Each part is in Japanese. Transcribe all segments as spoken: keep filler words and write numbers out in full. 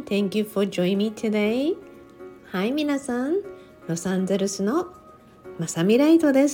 Thank you for joining me today. はい、皆さん、ロサンゼルスのまさみライトです。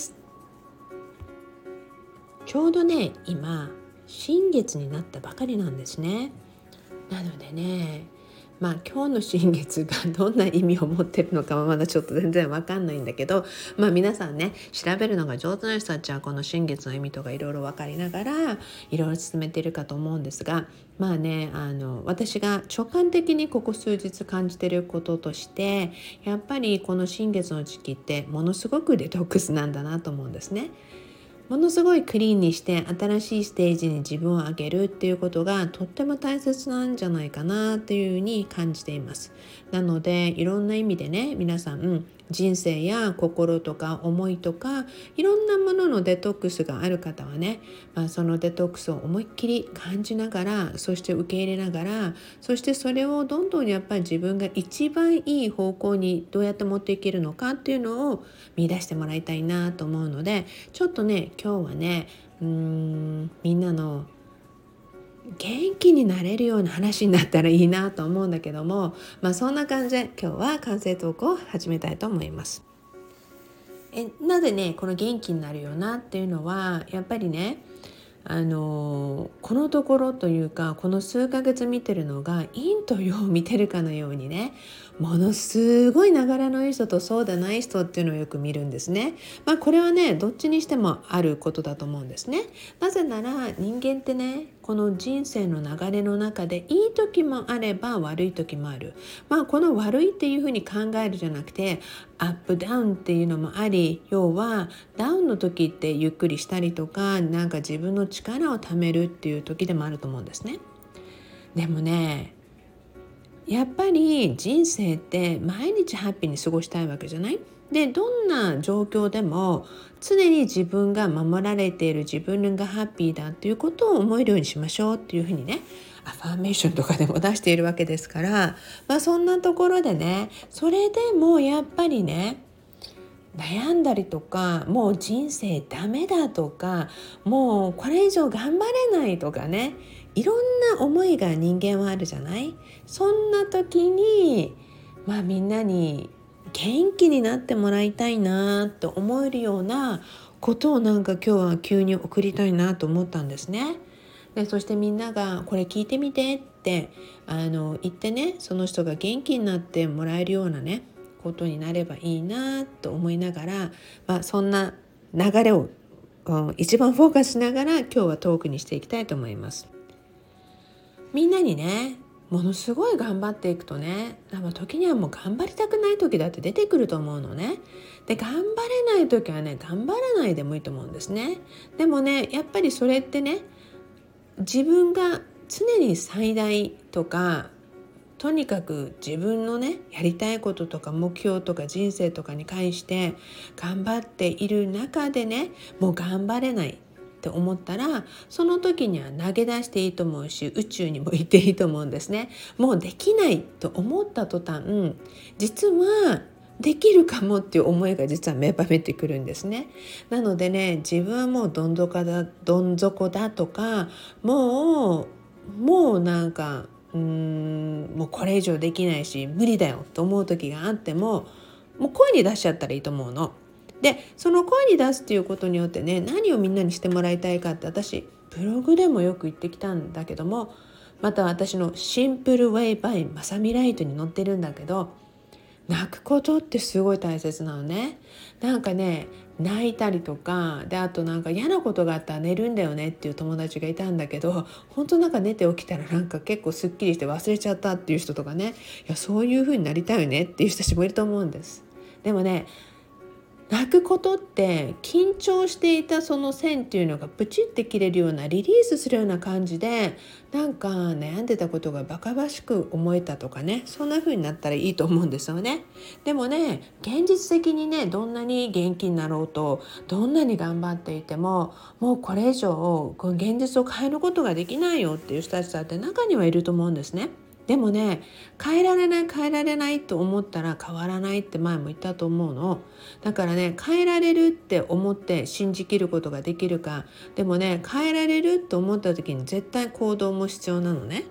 ちょうどね、今、新月になったばかりなんですね。なのでね、まあ今日の新月がどんな意味を持ってるのかはまだちょっと全然わかんないんだけど、まあ皆さんね、調べるのが上手な人たちはこの新月の意味とかいろいろ分かりながらいろいろ進めているかと思うんですが、まあね、あの私が直感的にここ数日感じていることとして、やっぱりこの新月の時期ってものすごくデトックスなんだなと思うんですね。ものすごいクリーンにして新しいステージに自分を上げるっていうことがとっても大切なんじゃないかなっていうふうに感じています。なのでいろんな意味でね、皆さん人生や心とか思いとかいろんなもののデトックスがある方はね、まあ、そのデトックスを思いっきり感じながら、そして受け入れながら、そしてそれをどんどんやっぱり自分が一番いい方向にどうやって持っていけるのかっていうのを見出してもらいたいなと思うので、ちょっとね今日はねうーんみんなの元気になれるような話になったらいいなと思うんだけども、まあそんな感じで今日は完成トークを始めたいと思います。えなぜねこの元気になるよなっていうのは、やっぱりねあのこのところというかこの数ヶ月見てるのが陰と陽を見てるかのようにね、ものすごい流れのいい人とそうでない人っていうのをよく見るんですね。まあこれはねどっちにしてもあることだと思うんですね。なぜなら人間ってね、この人生の流れの中でいい時もあれば悪い時もある。まあこの悪いっていうふうに考えるじゃなくて、アップダウンっていうのもあり、要はダウンの時ってゆっくりしたりとか、なんか自分の力を貯めるっていう時でもあると思うんですね。でもね、やっぱり人生って毎日ハッピーに過ごしたいわけじゃない？で、どんな状況でも常に自分が守られている、自分がハッピーだっていうことを思えるようにしましょうっていうふうにね、アファーメーションとかでも出しているわけですから、まあそんなところでね、それでもやっぱりね、悩んだりとか、もう人生ダメだとか、もうこれ以上頑張れないとかね、いろんな思いが人間はあるじゃない。そんな時にまあみんなに元気になってもらいたいなと思えるようなことをなんか今日は急に送りたいなと思ったんですね。でそしてみんながこれ聞いてみてってあの言ってね、その人が元気になってもらえるようなねことになればいいなと思いながら、まあ、そんな流れを、うん、一番フォーカスしながら今日はトークにしていきたいと思います。みんなにねものすごい頑張っていくとね、時にはもう頑張りたくない時だって出てくると思うのね。で頑張れない時はね頑張らないでもいいと思うんですね。でもねやっぱりそれってね、自分が常に最大とか、とにかく自分のねやりたいこととか目標とか人生とかに関して頑張っている中でね、もう頑張れないって思ったら、その時には投げ出していいと思うし、宇宙にも行っていいと思うんですね。もうできないと思った途端、実はできるかもっていう思いが実は芽生えてくるんですね。なのでね、自分はもうどん底だどん底だとか、もうもうなんかうーんもうこれ以上できないし無理だよと思う時があっても、もう声に出しちゃったらいいと思うの。でその声に出すっていうことによってね、何をみんなにしてもらいたいかって、私ブログでもよく言ってきたんだけども、また私のシンプルウェイバイまさみライトに載ってるんだけど、泣くことってすごい大切なのね。なんかね泣いたりとかで、あとなんか嫌なことがあったら寝るんだよねっていう友達がいたんだけど、本当なんか寝て起きたらなんか結構すっきりして忘れちゃったっていう人とかね、いやそういう風になりたいよねっていう人たちもいると思うんです。でもね、泣くことって緊張していたその線っていうのがプチって切れるような、リリースするような感じで、なんか悩んでたことがバカバしく思えたとかね、そんな風になったらいいと思うんですよね。でもね、現実的にね、どんなに元気になろうと、どんなに頑張っていても、もうこれ以上この現実を変えることができないよっていう人たちだって中にはいると思うんですね。でもね、変えられない変えられないと思ったら変わらないって前も言ったと思うの。だからね、変えられるって思って信じきることができるか。でもね、変えられると思った時に絶対行動も必要なのね。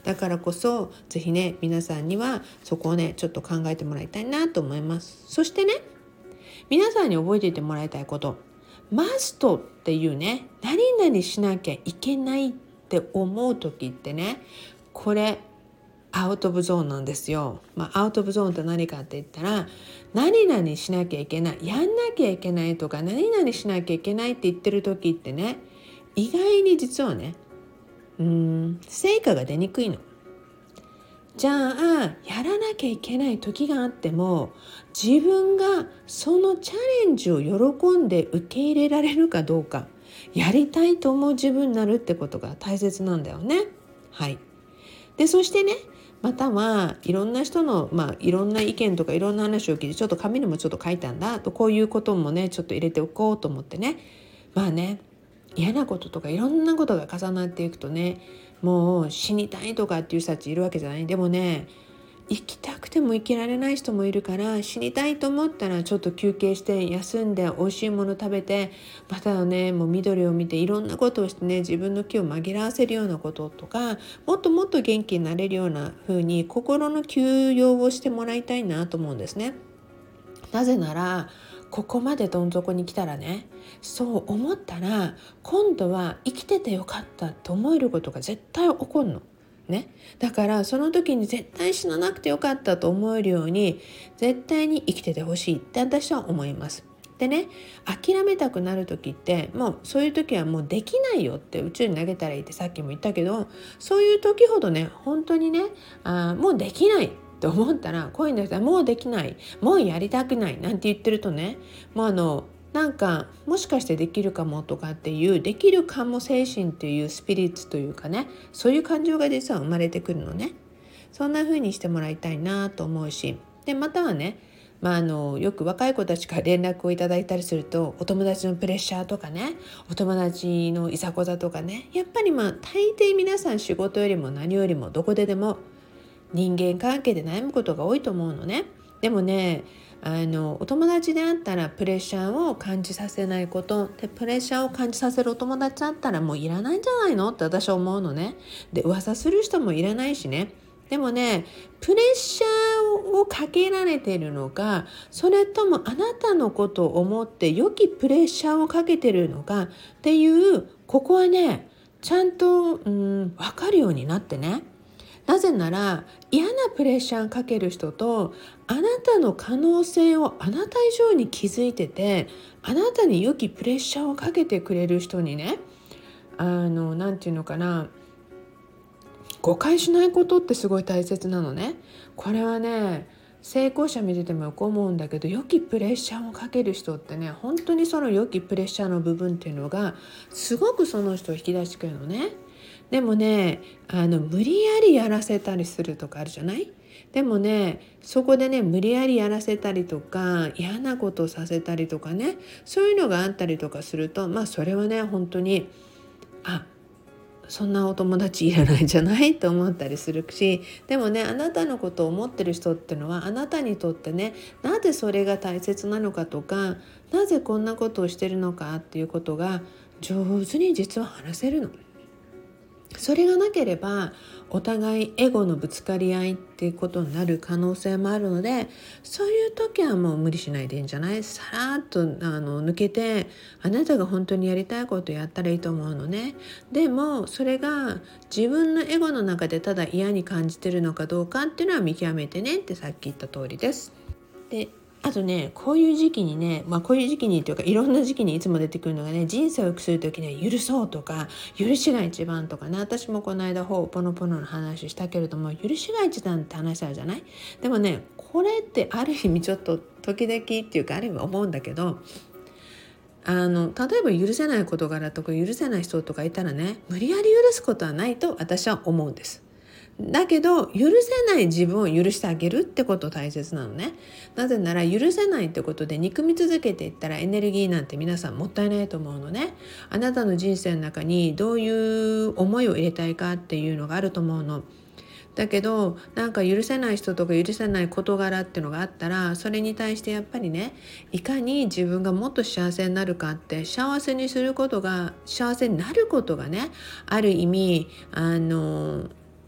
だからこそぜひね皆さんにはそこをねちょっと考えてもらいたいなと思います。そしてね皆さんに覚えていてもらいたいこと、マストっていうね何々しなきゃいけないって思う時ってね、これアウトオブゾーンなんですよ。まあ、アウトオブゾーンって何かって言ったら、何々しなきゃいけない、やんなきゃいけないとか何々しなきゃいけないって言ってる時ってね、意外に実はねうーん成果が出にくいの。じゃあやらなきゃいけない時があっても、自分がそのチャレンジを喜んで受け入れられるかどうか、やりたいと思う自分になるってことが大切なんだよね。はい。でそしてね、またはいろんな人の、まあ、いろんな意見とかいろんな話を聞いて、ちょっと紙にもちょっと書いたんだと、こういうこともねちょっと入れておこうと思ってね、まあね嫌なこととかいろんなことが重なっていくとね、もう死にたいとかっていう人たちいるわけじゃない。でもね生きたくても生きられない人もいるから、死にたいと思ったらちょっと休憩して休んで美味しいもの食べて、またねもう緑を見ていろんなことをしてね、自分の気を紛らわせるようなこととか、もっともっと元気になれるような風に心の休養をしてもらいたいなと思うんですね。なぜならここまでどん底に来たらね、そう思ったら今度は生きててよかったと思えることが絶対起こるのね。だからその時に絶対死ななくてよかったと思えるように絶対に生きててほしいって私は思います。でね、諦めたくなる時ってもうそういう時はもうできないよって宇宙に投げたらいいってさっきも言ったけど、そういう時ほどね本当にねあもうできないと思ったら、こういうのはもうできない、もうやりたくないなんて言ってるとね、もうあのなんかもしかしてできるかもとかっていうできるかも精神っていうスピリッツというかね、そういう感情が実は生まれてくるのね。そんな風にしてもらいたいなと思うし、でまたはね、まあ、あのよく若い子たちから連絡をいただいたりすると、お友達のプレッシャーとかね、お友達のいざこざとかね、やっぱりまあ大抵皆さん仕事よりも何よりもどこででも人間関係で悩むことが多いと思うのね。でもねあのお友達であったらプレッシャーを感じさせないことで、プレッシャーを感じさせるお友達だったらもういらないんじゃないのって私は思うのね。で噂する人もいらないしね。でもねプレッシャーをかけられているのか、それともあなたのことを思って良きプレッシャーをかけているのかっていう、ここはねちゃんとうん分かるようになってね。なぜなら嫌なプレッシャーかける人と、あなたの可能性をあなた以上に気づいてて、あなたに良きプレッシャーをかけてくれる人にね、あのなんていうのかな、誤解しないことってすごい大切なのね。これはね成功者見ててもよく思うんだけど、良きプレッシャーをかける人ってね、本当にその良きプレッシャーの部分っていうのがすごくその人を引き出してくるのね。でもねあの無理やりやらせたりするとかあるじゃない。でもねそこでね無理やりやらせたりとか嫌なことをさせたりとかね、そういうのがあったりとかすると、まあそれはね本当にあそんなお友達いらないんじゃないと思ったりするし、でもねあなたのことを思ってる人ってのはあなたにとってね、なぜそれが大切なのかとか、なぜこんなことをしてるのかっていうことが上手に実は話せるの。それがなければお互いエゴのぶつかり合いっていうことになる可能性もあるので、そういう時はもう無理しないでいいんじゃない。さらっとあの抜けて、あなたが本当にやりたいことやったらいいと思うのね。でもそれが自分のエゴの中でただ嫌に感じてるのかどうかっていうのは見極めてねってさっき言った通りです。であとねこういう時期にね、まあこういう時期にというかいろんな時期にいつも出てくるのがね、人生を良くする時には許そうとか許しが一番とかね、私もこの間ほうポノポノの話したけれども、許しが一番って話あるじゃない。でもねこれってある意味ちょっと時々っていうかある意味思うんだけど、あの例えば許せない事柄とか許せない人とかいたらね、無理やり許すことはないと私は思うんです。だけど許せない自分を許してあげるってこと大切なのね。なぜなら許せないってことで憎み続けていったらエネルギーなんて皆さんもったいないと思うのね。あなたの人生の中にどういう思いを入れたいかっていうのがあると思うの。だけどなんか許せない人とか許せない事柄っていうのがあったら、それに対してやっぱりね、いかに自分がもっと幸せになるかって、幸せにすることが幸せになることがね、ある意味あの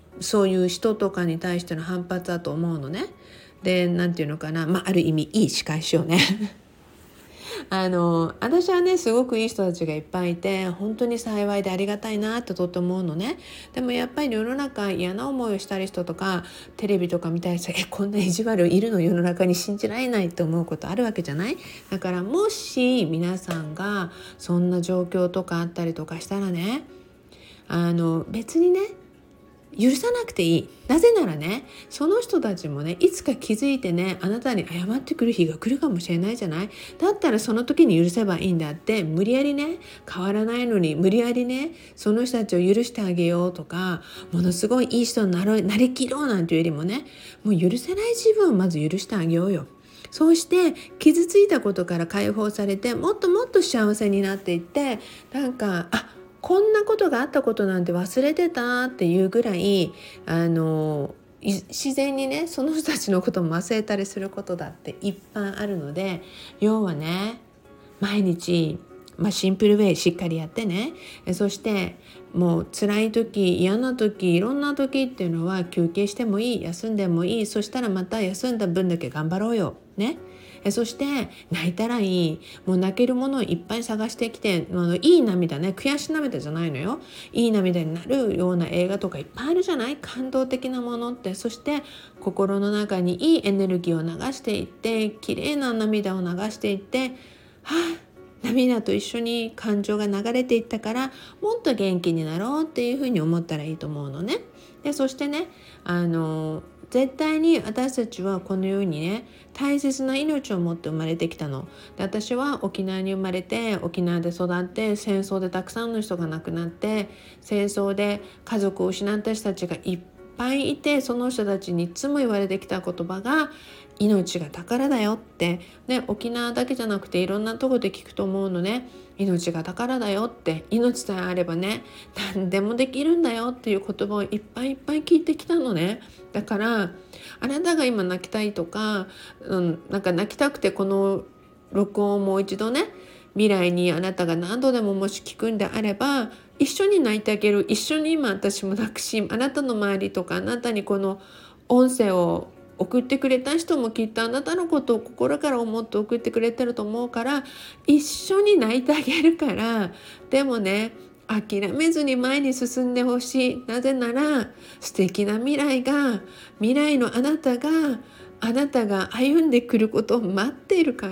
そういう人とかに対しての反発だと思うのね。で、なんていうのかな、まあ、ある意味いい仕返しをねあの私はねすごくいい人たちがいっぱいいて本当に幸いでありがたいなってとって思うのね。でもやっぱり世の中嫌な思いをしたり人とかテレビとか見たりしてえこんな意地悪いるの世の中に信じられないって思うことあるわけじゃない。だからもし皆さんがそんな状況とかあったりとかしたらね、あの別にね許さなくていい。なぜならね、その人たちもねいつか気づいてねあなたに謝ってくる日が来るかもしれないじゃない。だったらその時に許せばいいんだって、無理やりね変わらないのに無理やりねその人たちを許してあげようとかものすごいいい人になろうなりきろうなんていうよりもね、もう許せない自分をまず許してあげようよ。そうして傷ついたことから解放されてもっともっと幸せになっていって、なんかあこんなことがあったことなんて忘れてたっていうぐらいあの自然にねその人たちのことも忘れたりすることだっていっぱいあるので、要はね毎日、まあ、シンプルウェイしっかりやってね。そしてもう辛い時嫌な時いろんな時っていうのは休憩してもいい、休んでもいい。そしたらまた休んだ分だけ頑張ろうよね。そして泣いたらいい、もう泣けるものをいっぱい探してきて、あのいい涙ね、悔し涙じゃないのよ、いい涙になるような映画とかいっぱいあるじゃない、感動的なものって。そして心の中にいいエネルギーを流していって、綺麗な涙を流していって、はあ涙と一緒に感情が流れていったからもっと元気になろうっていうふうに思ったらいいと思うのね。でそしてねあの絶対に私たちはこの世にね大切な命を持って生まれてきたので、私は沖縄に生まれて沖縄で育って、戦争でたくさんの人が亡くなって、戦争で家族を失った人たちがいっぱいいて、その人たちにいつも言われてきた言葉が命が宝だよって、ね、沖縄だけじゃなくていろんなとこで聞くと思うのね。命が宝だよって、命さえあればね何でもできるんだよっていう言葉をいっぱいいっぱい聞いてきたのね。だからあなたが今泣きたいとか、うん、なんか泣きたくてこの録音をもう一度ね未来にあなたが何度でももし聞くんであれば一緒に泣いてあげる。一緒に今私も泣くし、あなたの周りとかあなたにこの音声を送ってくれた人もきっとあなたのことを心から思って送ってくれてると思うから、一緒に泣いてあげるから。でもね諦めずに前に進んでほしい。なぜなら素敵な未来が、未来のあなたがあなたが歩んでくることを待っているから、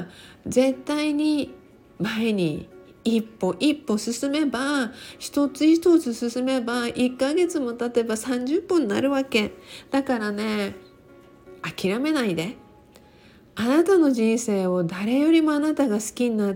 絶対に前に一歩一歩進めば、一つ一つ進めばいっかげつも経てばさんじゅっぷんになるわけだからね、諦めないで。あなたの人生を誰よりもあなたが好きになって、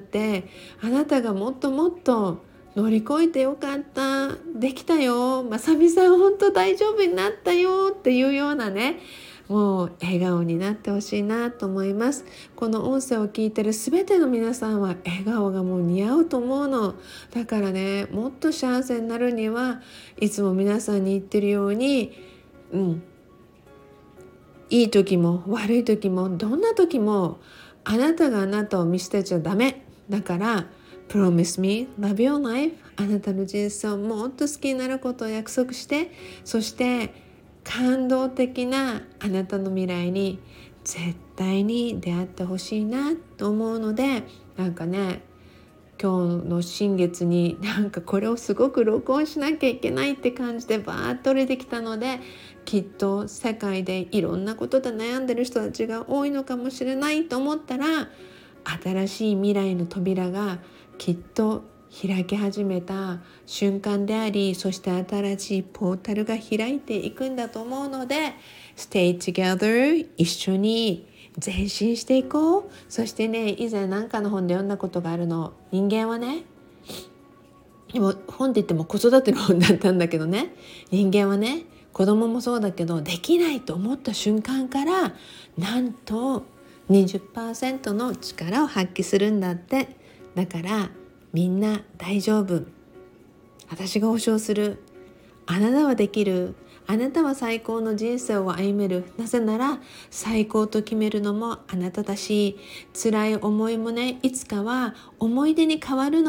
あなたがもっともっと乗り越えてよかった、できたよ、まさみさん本当大丈夫になったよっていうようなね、もう笑顔になってほしいなと思います。この音声を聞いてるすべての皆さんは笑顔がもう似合うと思うの。だからねもっと幸せになるにはいつも皆さんに言ってるように、うんいい時も悪い時もどんな時もあなたがあなたを見捨てちゃダメだから、 Promise me love your life、 あなたの人生をもっと好きになることを約束して、そして感動的なあなたの未来に絶対に出会ってほしいなと思うので、なんかね今日の新月になんかこれをすごく録音しなきゃいけないって感じでバーッと出てきたので、きっと世界でいろんなことで悩んでる人たちが多いのかもしれないと思ったら、新しい未来の扉がきっと開き始めた瞬間であり、そして新しいポータルが開いていくんだと思うので、 Stay together、 一緒に前進していこう。そしてね以前何かの本で読んだことがあるの。人間はね、でも本って言っても子育ての本だったんだけどね、人間はね子供もそうだけどできないと思った瞬間からなんと にじゅっパーセント の力を発揮するんだって。だからみんな大丈夫、私が保証する、あなたはできる、あなたは最高の人生を歩める。なぜなら最高と決めるのもあなただし、辛い思いもねいつかは思い出に変わるのよ。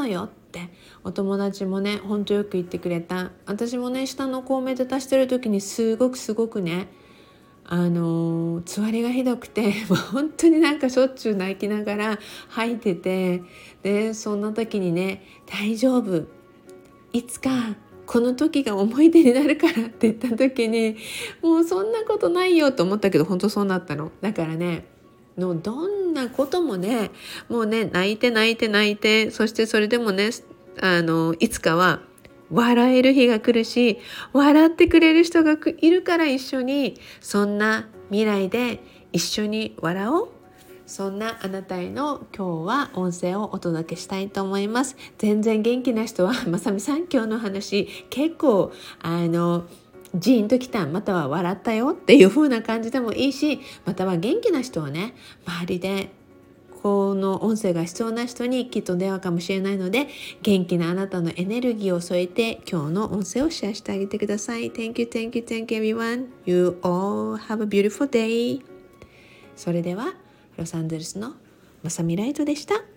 ってお友達もねほんとよく言ってくれた。私もね下のコメント足してる時にすごくすごくねあのつわりがひどくてもう本当になんかしょっちゅう泣きながら吐いてて、でそんな時にね大丈夫、いつかこの時が思い出になるからって言った時にもうそんなことないよと思ったけど本当そうなったの。だからねのどんなこともねもうね泣いて泣いて泣いて、そしてそれでもねあのいつかは笑える日が来るし、笑ってくれる人がいるから一緒にそんな未来で一緒に笑おう。そんなあなたへの今日は音声をお届けしたいと思います。全然元気な人はまさみさん今日の話結構あのジーンときた、または笑ったよっていう風な感じでもいいし、または元気な人はね周りでこの音声が必要な人にきっと出会うかもしれないので、元気なあなたのエネルギーを添えて今日の音声をシェアしてあげてください。 Thank you, thank you, thank you everyone. You all have a beautiful day. それではロサンゼルスのまさみライトでした。